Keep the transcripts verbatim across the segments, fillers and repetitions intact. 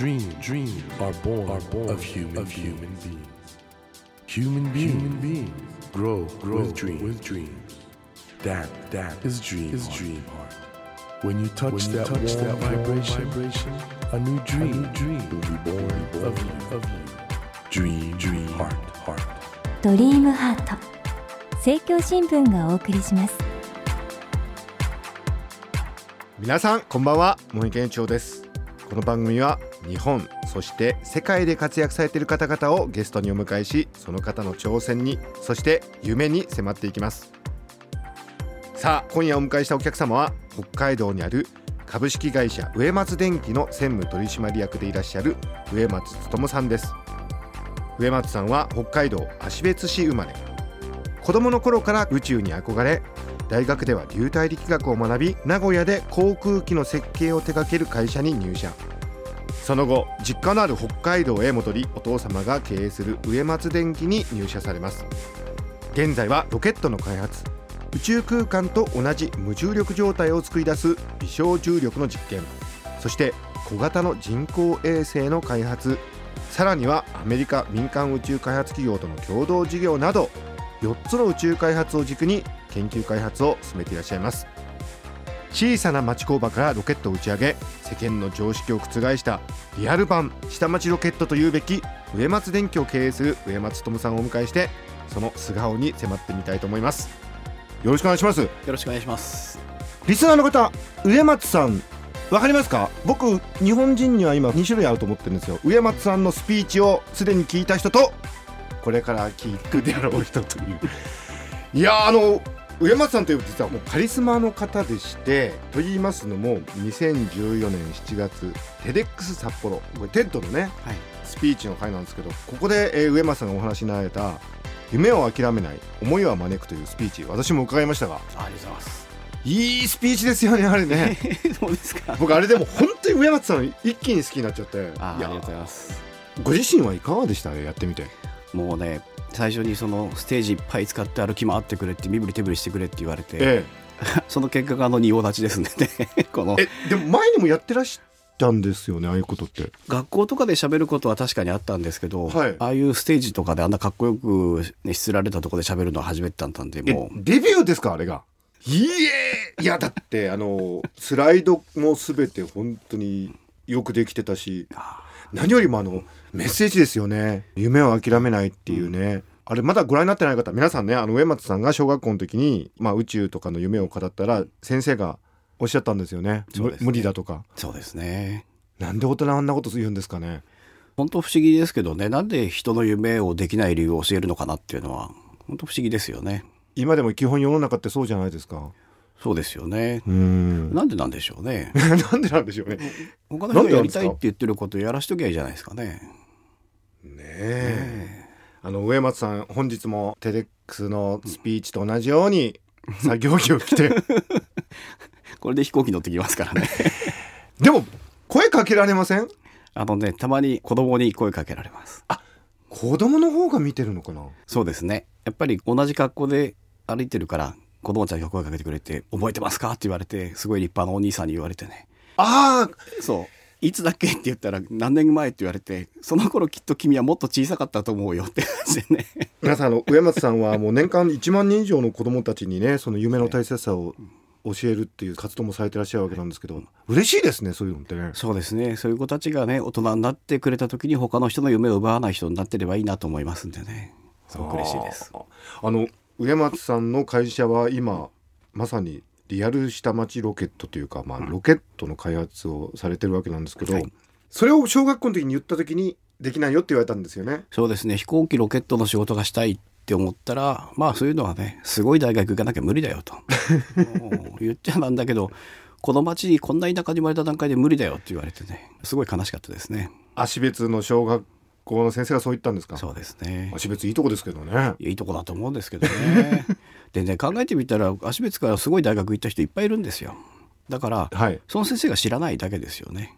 Dreams, dreams are born, are born of human, of human beings. Human beings, human beings grow, grow with, dream, with dreams. That, that is dream, is dream heart. When you touch, when you that, touch warm, that vibration, vibration, a new dream, a new dream will be born, born of you, of you. Dream, dream heart, heart. ドリームハート政教新聞がお送りします。 皆さんこんばんは、森健一郎です。この番組は日本そして世界で活躍されている方々をゲストにお迎えし、その方の挑戦にそして夢に迫っていきます。さあ今夜お迎えしたお客様は北海道にある株式会社植松電機の専務取締役でいらっしゃる植松勉さんです。植松さんは北海道芦別市生まれ、子供の頃から宇宙に憧れ、大学では流体力学を学び、名古屋で航空機の設計を手掛ける会社に入社。その後実家のある北海道へ戻り、お父様が経営する植松電機に入社されます。現在はロケットの開発、宇宙空間と同じ無重力状態を作り出す微小重力の実験、そして小型の人工衛星の開発、さらにはアメリカ民間宇宙開発企業との共同事業などよっつの宇宙開発を軸に研究開発を進めていらっしゃいます。小さな町工場からロケットを打ち上げ、世間の常識を覆したリアル版下町ロケットというべき植松電機を経営する植松勉さんをお迎えして、その素顔に迫ってみたいと思います。よろしくお願いします。 よろしくお願いします。 リスナーの方、植松さんわかりますか？僕日本人には今に種類あると思ってるんですよ。植松さんのスピーチをすでに聞いた人と、これから聞くであろう人といういやあの植松さんというと実はもうカリスマの方でして、と言いますのもにせんじゅうよねんしちがつテデックス札幌、これテッドのね、はい、スピーチの回なんですけど、ここで、えー、植松さんがお話になられた夢を諦めない思いは招くというスピーチ、私も伺いましたが、 ありがとうございます。 いいスピーチですよね、あれねどうですか？ 僕あれでも本当に植松さん一気に好きになっちゃって、 あ, ありがとうございます。 ご自身はいかがでした？やってみて。 もうね、最初にそのステージいっぱい使って歩き回ってくれって、身振り手振りしてくれって言われて、ええ、その結果があの仁王立ちですねこのえでも前にもやってらしたんですよね、ああいうことって。 学校とかで喋ることは確かにあったんですけど、はい、ああいうステージとかであんなかっこよく、ね、しつられたところで喋るのは初めてだったんで、もうデビューですかあれが。いえいやだってあのスライドも全て本当によくできてたし、何よりもあのメッセージですよね。夢を諦めないっていうね、うん、あれまだご覧になってない方、皆さんね、あの植松さんが小学校の時に、まあ、宇宙とかの夢を語ったら先生がおっしゃったんですよね。 そうですね、 無理だとか。 そうですね。 なんで大人あんなこと言うんですかね。 本当不思議ですけどね、なんで人の夢をできない理由を教えるのかなっていうのは本当不思議ですよね。 今でも基本世の中ってそうじゃないですか。 そうですよね。うん、なんでなんでしょうねなんでなんでしょうね。 他の人がやりたいって言ってることをやらしときゃいいじゃないですかね。 ねえ、ね、あの植松さん本日もテデックスのスピーチと同じように作業着を着てこれで飛行機乗ってきますからねでも声かけられません？ あのね、たまに子供に声かけられます。 あ、子供の方が見てるのかな。 そうですね、やっぱり同じ格好で歩いてるから子供たちが声かけてくれて、覚えてますかって言われて、すごい立派なお兄さんに言われてね、 ああそう、いつだっけって言ったら何年前って言われて、その頃きっと君はもっと小さかったと思うよって感じでね皆さん、あの植松さんはもう年間いちまんにん以上の子供たちにね、その夢の大切さを教えるっていう活動もされてらっしゃるわけなんですけど、嬉しいですね、そういうのってね。 そうですね、そういう子たちがね大人になってくれた時に他の人の夢を奪わない人になってればいいなと思いますんでね、すごく嬉しいです。 ああの植松さんの会社は今まさにリアル下町ロケットというか、まあ、ロケットの開発をされてるわけなんですけど、はい、それを小学校の時に言った時にできないよって言われたんですよね。 そうですね、飛行機ロケットの仕事がしたいって思ったら、まあそういうのはね、すごい大学行かなきゃ無理だよと言っちゃなんだけど、この町にこんな田舎に生まれた段階で無理だよって言われてね、すごい悲しかったですね。 芦別の小学校の先生がそう言ったんですか？ そうですね。 芦別いいとこですけどね。 いいとこだと思うんですけどねでね、考えてみたら芦別からすごい大学行った人いっぱいいるんですよ。だから、はい、その先生が知らないだけですよね。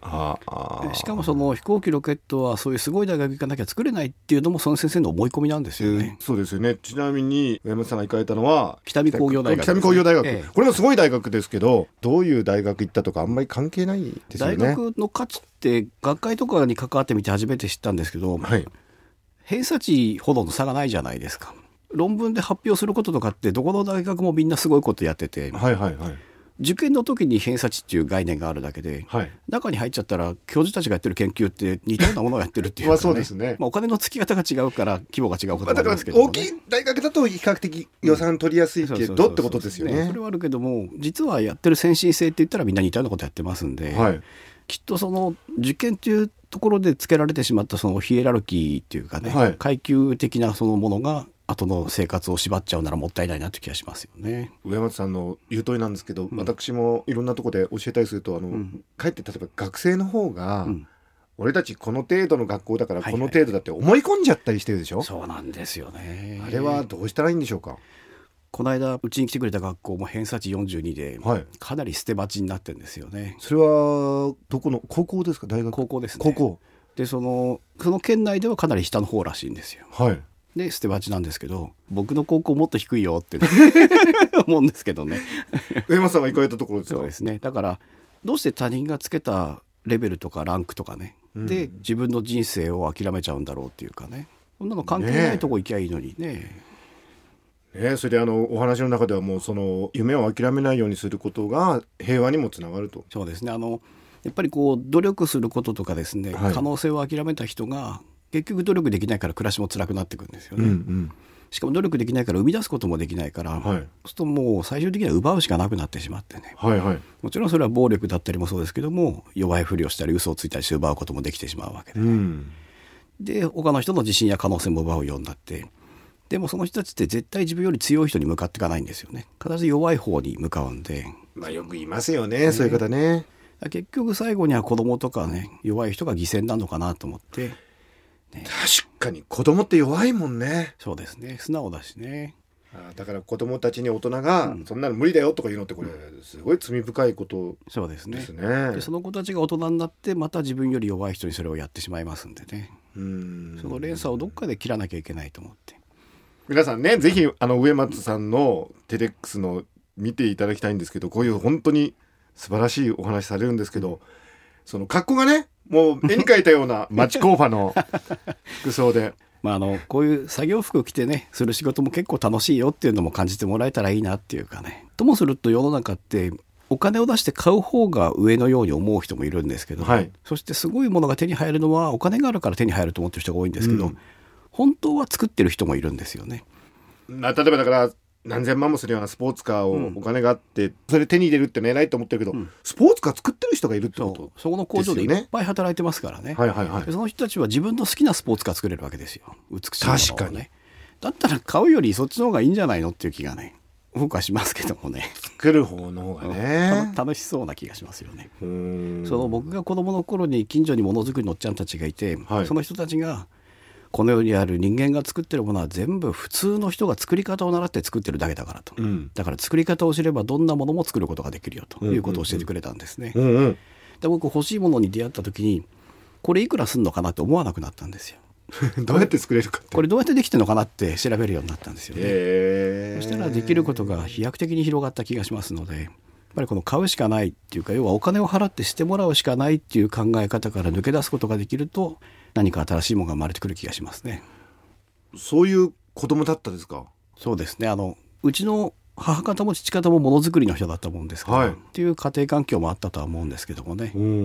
ああしかもその飛行機ロケットはそういうすごい大学行かなきゃ作れないっていうのもその先生の思い込みなんですよね、 えー、そうですよね。ちなみに上本さんが行かれたのは北見工業大学、ね、 北見工業大学、 ええ、 これもすごい大学ですけど、どういう大学行ったとかあんまり関係ないですよね。 大学の価値って学会とかに関わってみて初めて知ったんですけど、 はい、 偏差値ほどの差がないじゃないですか。論文で発表することとかってどこの大学もみんなすごいことやってて、 はいはいはい、 受験の時に偏差値っていう概念があるだけで、はい、中に入っちゃったら教授たちがやってる研究って似たようなものをやってるっていうか、ね、 まあそうですね、 まあ、お金の付き方が違うから規模が違うこともありますけど、ね、 だから大きい大学だと比較的予算取りやすいけどってことですよね。 それはあるけども、実はやってる先進性って言ったらみんな似たようなことやってますんで、はい、きっとその受験っていうところでつけられてしまったそのヒエラルキーっていうかね、はい、階級的なそのものが後の生活を縛っちゃうならもったいないなという気がしますよね。 上松さんの言う通りなんですけど、うん、私もいろんなところで教えたりすると、あの、うん、かえって例えば学生の方が、うん、俺たちこの程度の学校だからこの程度だって思い込んじゃったりしてるでしょ、はいはい、 そうなんですよね。 あれはどうしたらいいんでしょうか。 この間うちに来てくれた学校も偏差値よんじゅうにで、はい、かなり捨て鉢になってるんですよね。 それはどこの高校ですか、大学。 高校ですね。 高校で、そのその県内ではかなり下の方らしいんですよ。 はい。 で捨て鉢なんですけど、僕の高校もっと低いよって思うんですけどね。 上間さんが行かれたところですか。 そうですね。だからどうして他人がつけたレベルとかランクとかね、うん、で自分の人生を諦めちゃうんだろうっていうかね、そんなの関係ないとこ行きゃいいのにね。 ね、それであのお話の中ではもうその夢を諦めないようにすることが平和にもつながると。 そうですね。あのやっぱりこう努力することとかですね、はい、可能性を諦めた人が結局努力できないから暮らしも辛くなってくるんですよね、うんうん、しかも努力できないから生み出すこともできないから、はい、そうするともう最終的には奪うしかなくなってしまってね、はいはい、もちろんそれは暴力だったりもそうですけども、弱いふりをしたり嘘をついたりして奪うこともできてしまうわけで、ね、うん、で他の人の自信や可能性も奪うようになって、でもその人たちって絶対自分より強い人に向かっていかないんですよね。必ず弱い方に向かうんで、 まあ、よく言いますよ ね, ねそういう方ね。 結局最後には子供とかね、弱い人が犠牲になるのかなと思って、 ね、確かに子供って弱いもんね。 そうですね、素直だしね。 あだから子供たちに大人が、うん、そんなの無理だよとか言うのってこれすごい罪深いことですね。 そうですね。でその子たちが大人になってまた自分より弱い人にそれをやってしまいますんでね、うーん、その連鎖をどっかで切らなきゃいけないと思って、 皆さんね、ぜひあの上松さんのテレックスの見ていただきたいんですけど、こういう本当に素晴らしいお話されるんですけど、その格好がね、もう絵に描いたような町工場の服装でまあ、あのこういう作業服着てねする仕事も結構楽しいよっていうのも感じてもらえたらいいなっていうかね。ともすると世の中ってお金を出して買う方が上のように思う人もいるんですけど、はい、そしてすごいものが手に入るのはお金があるから手に入ると思ってる人が多いんですけど、うん、本当は作ってる人もいるんですよね。 例えばだから何千万もするようなスポーツカーをお金があって、うん、それ手に入れるって偉いと思ってるけど、うん、スポーツカー作ってる人がいるってことですよね。 そこの工場でいっぱい働いてますからね、はいはいはい、その人たちは自分の好きなスポーツカー作れるわけですよ。美しいものをね。確かに。だったら買うよりそっちの方がいいんじゃないのっていう気がね僕はしますけどもね。 作る方の方がね楽しそうな気がしますよね。うーん、その僕が子供の頃に近所にものづくりのおっちゃんたちがいて、はい、その人たちがこの世にある人間が作ってるものは全部普通の人が作り方を習って作ってるだけだからと、うん、だから作り方を知ればどんなものも作ることができるよということを教えてくれたんですね、うんうんうん、で僕欲しいものに出会った時にこれいくらすんのかなって思わなくなったんですよどうやって作れるかって、 これどうやってできてるのかなって調べるようになったんですよね。そしたらできることが飛躍的に広がった気がしますので、やっぱりこの買うしかないっていうか、要はお金を払ってしてもらうしかないっていう考え方から抜け出すことができると何か新しいものが生まれてくる気がしますね。 そういう子供だったですか。 そうですね。あのうちの母方も父方もものづくりの人だったもんですから、はい、っていう家庭環境もあったとは思うんですけどもね。うんうんうん。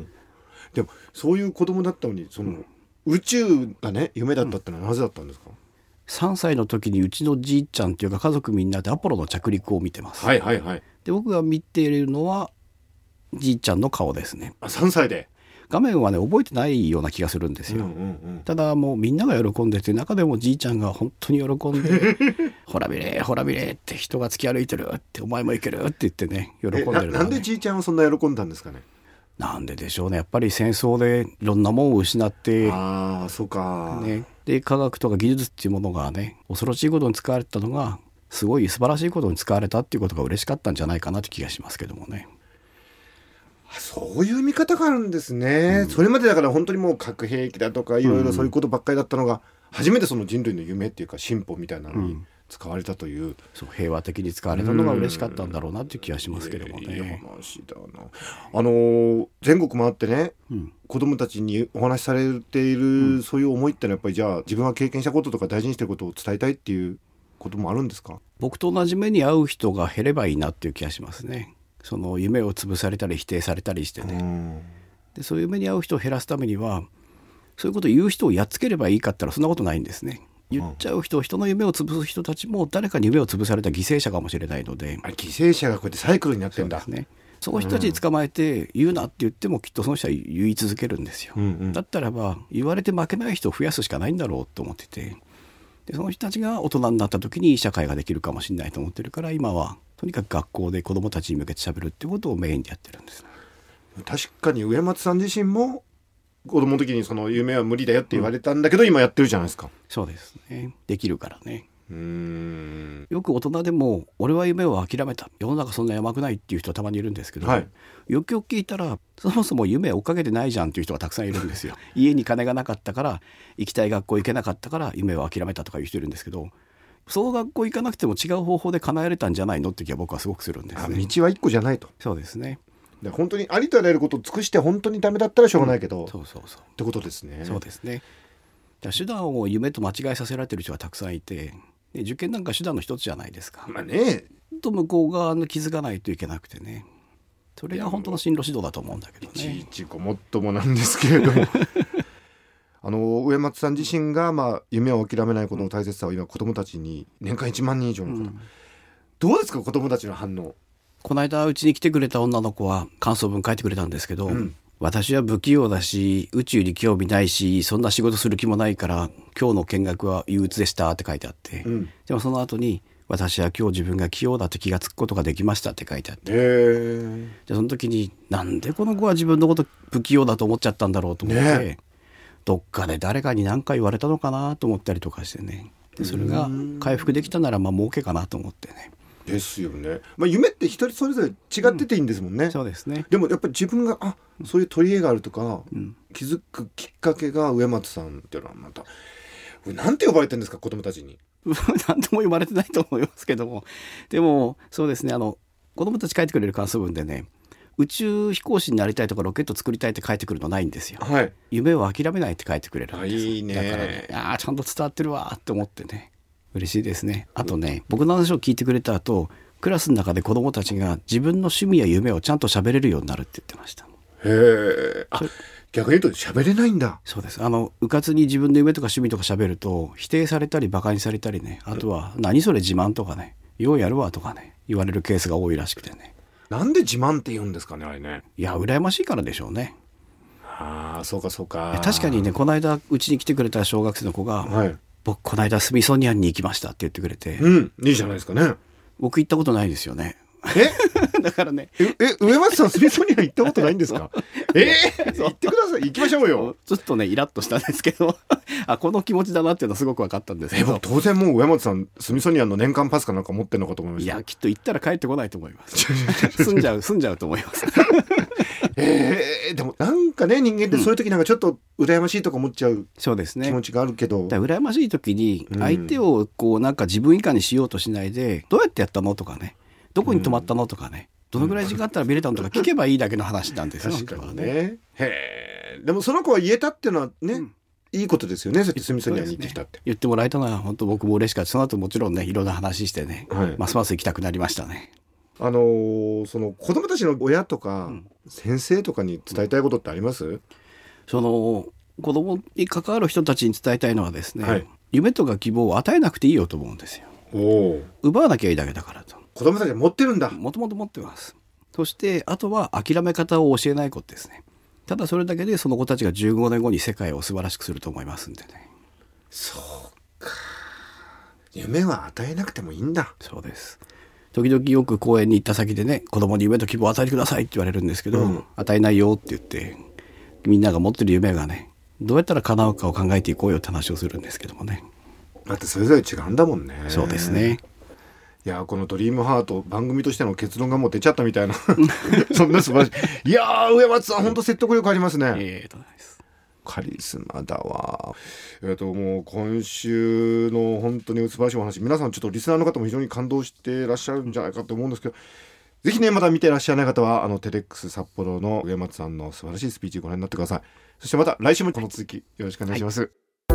でもそういう子供だったのにその、うん、宇宙がね夢だったってのはなぜだったんですか。うん、 さんさいの時にうちのじいちゃんっていうか家族みんなでアポロの着陸を見てます。 はいはいはい。 で僕が見ているのはじいちゃんの顔ですね。 あ、さんさいで。 画面はね覚えてないような気がするんですよ、うんうんうん、ただもうみんなが喜んでて、中でもじいちゃんが本当に喜んでほら見れほら見れって人が突き歩いてるって、お前も行けるって言ってね喜んでるのが、ね、 な, なんでじいちゃんはそんな喜んだんですかね。 なんででしょうね。やっぱり戦争でいろんなものを失って、 あーそうか、 ね、で科学とか技術っていうものがね恐ろしいことに使われたのがすごい素晴らしいことに使われたっていうことが嬉しかったんじゃないかなという気がしますけどもね。 そそういう見方があるんですね、うん、それまでだから本当にもう核兵器だとかいろいろそういうことばっかりだったのが、うん、初めてその人類の夢っていうか進歩みたいなのに使われたという、うん、 そう平和的に使われたのが嬉しかったんだろうなっていう気がしますけどもね、 いや話だな。あのー、全国回ってね、うん、子どもたちにお話しされている、うん、そういう思いってのはやっぱりじゃあ自分が経験したこととか大事にしていることを伝えたいっていうこともあるんですか？ 僕と同じ目に遭う人が減ればいいなっていう気がしますね。その夢を潰されたり否定されたりしてね、うん、でそういう目に遭う人を減らすためにはそういうことを言う人をやっつければいいかって言ったらそんなことないんですね。言っちゃう人、人の夢を潰す人たちも誰かに夢を潰された犠牲者かもしれないので、 あ、犠牲者がこうやってサイクルになってるんだ。 そうですね。その人たちに捕まえて言うなって言ってもきっとその人は言い続けるんですよ、うんうん、だったらば言われて負けない人を増やすしかないんだろうと思ってて、でその人たちが大人になった時にいい社会ができるかもしれないと思ってるから今はとにかく学校で子どもたちに向けて喋るっていうことをメインでやってるんです。 確かに上松さん自身も子供の時にその夢は無理だよって言われたんだけど、うん、今やってるじゃないですか。 そうですね。できるからね。うーんよく大人でも俺は夢を諦めた、世の中そんな甘くないっていう人はたまにいるんですけど、はい、よくよく聞いたらそもそも夢を追っかけてないじゃんっていう人がたくさんいるんですよ家に金がなかったから行きたい学校行けなかったから夢を諦めたとかいう人いるんですけど、その学校行かなくても違う方法で叶えれたんじゃないのって気は僕はすごくするんですね。 道は一個じゃないと。 そうですね。 で本当にありとあらゆることを尽くして本当にダメだったらしょうがないけど、うん、 そうそうそうってことですね。 そうですね。だ手段を夢と間違えさせられてる人がたくさんいて、で受験なんか手段の一つじゃないですか。 まあね、 と向こう側の気づかないといけなくてね、それが本当の進路指導だと思うんだけどね。 いちいちごもっともなんですけれどもあの上松さん自身が、まあ、夢を諦めないことの大切さを今子どもたちに年間いちまんにん以上の方、うん、どうですか子どもたちの反応。 この間うちに来てくれた女の子は感想文書いてくれたんですけど、うん、私は不器用だし宇宙に興味ないしそんな仕事する気もないから今日の見学は憂鬱でしたって書いてあって、うん、でもその後に私は今日自分が器用だって気がつくことができましたって書いてあって、でその時になんでこの子は自分のこと不器用だと思っちゃったんだろうと思って、ね、どっかで誰かに何か言われたのかなと思ったりとかしてね、でそれが回復できたならまあ儲けかなと思ってね。 ですよね。まあ、夢って一人それぞれ違ってていいんですもんね、うん、 そうですね。 でもやっぱり自分があそういう取り柄があるとか、うん、気づくきっかけが上松さんっていうのはまたなんて呼ばれてるんですか子供たちに。 何とも呼ばれてないと思いますけども、でもそうですね、あの子供たち書いてくれる感想文でね、宇宙飛行士になりたいとかロケット作りたいって書いてくるのないんですよ、はい、夢を諦めないって書いてくれるんです。 いいね。 だからね、あちゃんと伝わってるわって思ってね嬉しいですね。あとね、僕の話を聞いてくれた後クラスの中で子どもたちが自分の趣味や夢をちゃんと喋れるようになるって言ってました。 へー、あ逆に言うと喋れないんだ。 そうです。あのうかつに自分の夢とか趣味とか喋ると否定されたりバカにされたりね、あとは何それ自慢とかね、ようやるわとかね言われるケースが多いらしくてね。 なんで自慢って言うんですかねあれね。 いや羨ましいからでしょうね。 ああそうかそうか。 確かにね、この間うちに来てくれた小学生の子が、はい、僕この間スミソニアンに行きましたって言ってくれて、 うん、いいじゃないですかね。 僕行ったことないですよね。 えだからね、 ええ上松さんスミソニアン行ったことないんですかえー、行ってください、行きましょうよ。 ちょっとねイラッとしたんですけどあこの気持ちだなっていうのはすごく分かったんですけど、 え当然もう上松さんスミソニアンの年間パスかなんか持ってるのかと思いました。 いやきっと行ったら帰ってこないと思います住んじゃう住んじゃうと思いますえー、でもなんかね人間ってそういう時なんかちょっと羨ましいとか思っちゃう気持ちがあるけど、 うん、だから羨ましい時に相手をこうなんか自分以下にしようとしないで、どうやってやったのとかね、どこに泊まったのとかね、どのぐらい時間あったら見れたのとか聞けばいいだけの話なんですよ。 確かにね。へー、でもその子は言えたっていうのはね、うん、いいことですよね。そうやってスミソニアンに行ってきたって、 ね、言ってもらえたのは本当僕も嬉しかった。その後もちろんねいろんな話してね、はい、ますます行きたくなりましたね。 あのー、その子供たちの親とか先生とかに伝えたいことってあります？うん、 その子供に関わる人たちに伝えたいのはですね、はい、夢とか希望を与えなくていいよと思うんですよ。お奪わなきゃいいだけだからと。 子供たちは持ってるんだ。 もともと持ってます。そしてあとは諦め方を教えないことですね。ただそれだけでその子たちがじゅうごねんごに世界を素晴らしくすると思いますんでね。 そうか、夢は与えなくてもいいんだ。 そうです。時々よく公園に行った先でね、子供に夢と希望を与えてくださいって言われるんですけど、うん、与えないよって言ってみんなが持ってる夢がねどうやったら叶うかを考えていこうよって話をするんですけどもね。 だってそれぞれ違うんだもんね。 そうですね。 いやこのドリームハート番組としての結論がもう出ちゃったみたいなそんな素晴らしい。いやー植松さん本当説得力ありますね。 えーとですカリスマだわ。えっともう今週の本当に素晴らしいお話、皆さんちょっとリスナーの方も非常に感動してらっしゃるんじゃないかと思うんですけど、ぜひねまだ見てらっしゃらない方はあのテレックス札幌の植松さんの素晴らしいスピーチご覧になってください。そしてまた来週もこの続きよろしくお願いします、はい。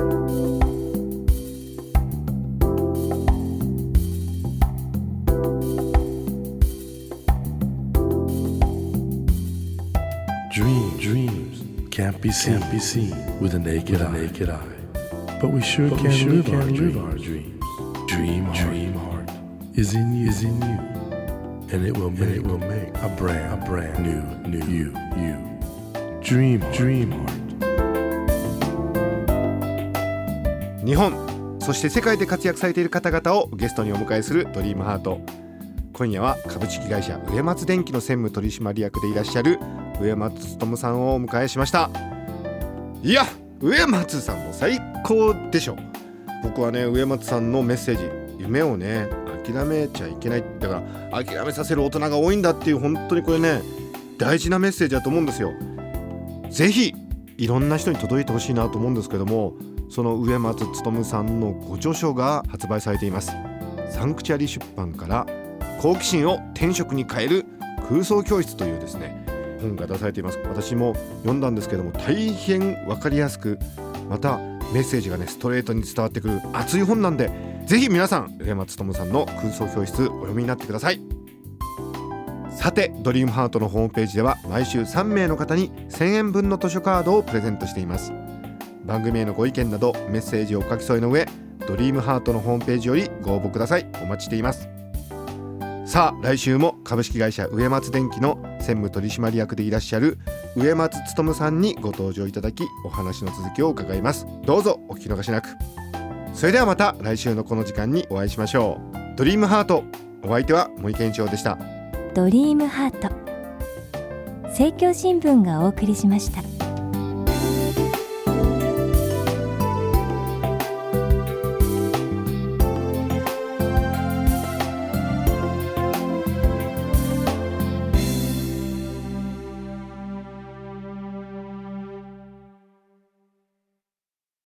Dream, dreams can't be seen, can't be seen with a naked, with a naked eye. eye. But we sure but can, we sure live, can our live our dreams. Dream, dream heart is in you, is in you, and it will make, and it will make a brand, a brand new, new you, you. Dream, dream heart. 日本そして世界で活躍されている方々をゲストにお迎えするドリームハート。今夜は株式会社植松電機の専務取締役でいらっしゃる植松勉さんをお迎えしました。いや植松さんも最高でしょ。僕はね植松さんのメッセージ、夢をね諦めちゃいけない、だから諦めさせる大人が多いんだっていう、本当にこれね大事なメッセージだと思うんですよ。ぜひいろんな人に届いてほしいなと思うんですけども、その植松勉さんのご著書が発売されています。サンクチュアリ出版から好奇心を天職に変える空想教室というですね本が出されています。私も読んだんですけども大変わかりやすく、またメッセージがねストレートに伝わってくる熱い本なんで、ぜひ皆さん植松勉さんの空想教室お読みになってください。さてドリームハートのホームページでは毎週さんめいの方にせんえんぶんの図書カードをプレゼントしています。番組へのご意見などメッセージをお書き添えの上、ドリームハートのホームページよりご応募ください。お待ちしています。さあ来週も株式会社植松電機の専務取締役でいらっしゃる植松勉さんにご登場いただき、お話の続きを伺います。どうぞお聞き逃しなく。それではまた来週のこの時間にお会いしましょう。ドリームハート、お相手は森健一郎でした。 ドリームハート、政教新聞がお送りしました。